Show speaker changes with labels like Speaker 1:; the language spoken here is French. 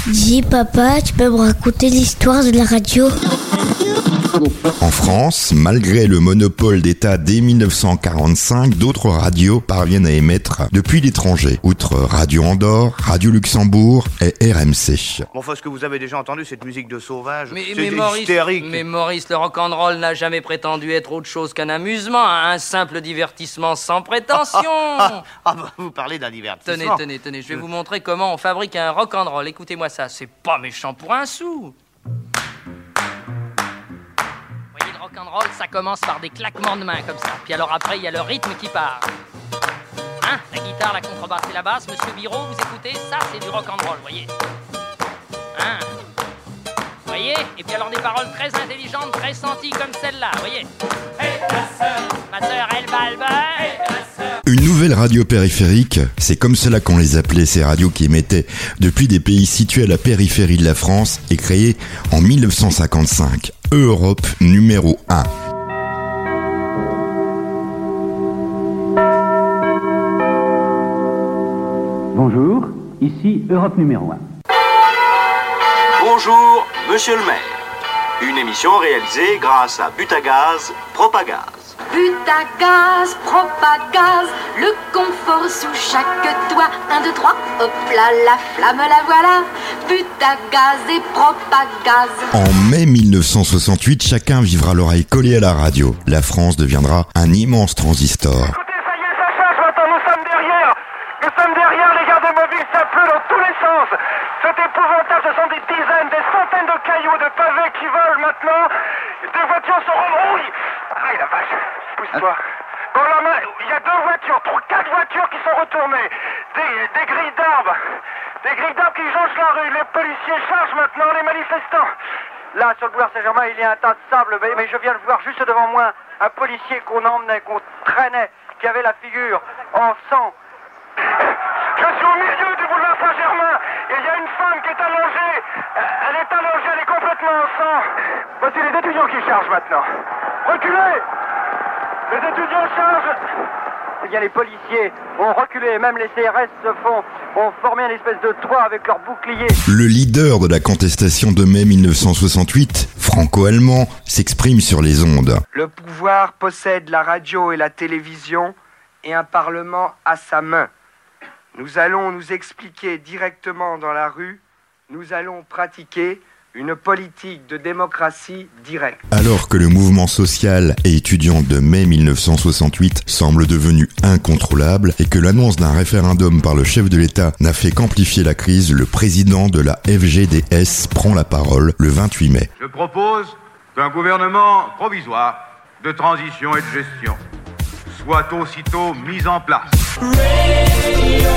Speaker 1: Dis papa, tu peux me raconter l'histoire de la radio ?
Speaker 2: En France, malgré le monopole d'État dès 1945, d'autres radios parviennent à émettre depuis l'étranger, outre Radio Andorre, Radio Luxembourg et RMC.
Speaker 3: Bon, enfin, ce que vous avez déjà entendu, cette musique de sauvage,
Speaker 4: mais
Speaker 3: c'est
Speaker 4: Maurice,
Speaker 3: hystérique.
Speaker 4: Mais Maurice, le rock'n'roll n'a jamais prétendu être autre chose qu'un amusement, un simple divertissement sans prétention.
Speaker 3: Bah, vous parlez d'un divertissement.
Speaker 4: Tenez, je vais vous montrer comment on fabrique un rock'n'roll. Écoutez-moi ça, c'est pas méchant pour un sou. Rock'n'roll, ça commence par des claquements de mains comme ça. Puis alors après, il y a le rythme qui part. Hein ? La guitare, la contrebasse et la basse. Monsieur Biro, vous écoutez ? Ça, c'est du rock'n'roll, voyez. Hein ? Voyez ? Et puis alors des paroles très intelligentes, très senties comme celle-là, voyez. Hey, ma sœur, elle bat le beurre. Hey,
Speaker 2: une nouvelle radio périphérique, c'est comme cela qu'on les appelait, ces radios qui émettaient depuis des pays situés à la périphérie de la France et créées en 1955. Europe numéro 1.
Speaker 5: Bonjour, ici Europe numéro 1.
Speaker 6: Bonjour, monsieur le maire. Une émission réalisée grâce à Butagaz, Propagaz.
Speaker 7: Butagaz, Propagaz, le confort sous chaque toit. 1, 2, 3, hop là, la flamme la voilà. Butagaz et Propagaz.
Speaker 2: En mai 1968, chacun vivra l'oreille collée à la radio. La France deviendra un immense transistor.
Speaker 8: Écoutez, ça y est, ça change maintenant, nous sommes derrière. Nous sommes derrière, les gardes mobiles, ça pleut dans tous les sens. C'est épouvantable, ce sont des dizaines, des centaines de cailloux, de pavés qui volent maintenant. Des voitures se rebrouillent. Ah, la vache, pousse-toi. Bon, là, il y a 2 voitures, 4 voitures qui sont retournées. Des grilles d'arbres. Des grilles d'arbres qui jonchent la rue. Les policiers chargent maintenant les manifestants. Là, sur le boulevard Saint-Germain, il y a un tas de sable, mais je viens de voir juste devant moi un policier qu'on emmenait, qu'on traînait, qui avait la figure en sang. Je suis au milieu du boulevard Saint-Germain et il y a une femme qui est allongée. Elle est allongée, elle est complètement en sang. Voici les étudiants qui chargent maintenant. Reculez! Les étudiants chargent. Eh bien, les policiers ont reculé, même les CRS ont formé une espèce de toit avec leurs boucliers.
Speaker 2: Le leader de la contestation de mai 1968, franco-allemand, s'exprime sur les ondes.
Speaker 9: Le pouvoir possède la radio et la télévision et un parlement à sa main. Nous allons nous expliquer directement dans la rue, nous allons pratiquer une politique de démocratie directe.
Speaker 2: Alors que le mouvement social et étudiant de mai 1968 semble devenu incontrôlable et que l'annonce d'un référendum par le chef de l'État n'a fait qu'amplifier la crise, le président de la FGDS prend la parole le 28 mai.
Speaker 10: Je propose qu'un gouvernement provisoire de transition et de gestion soit aussitôt mis en place. Radio.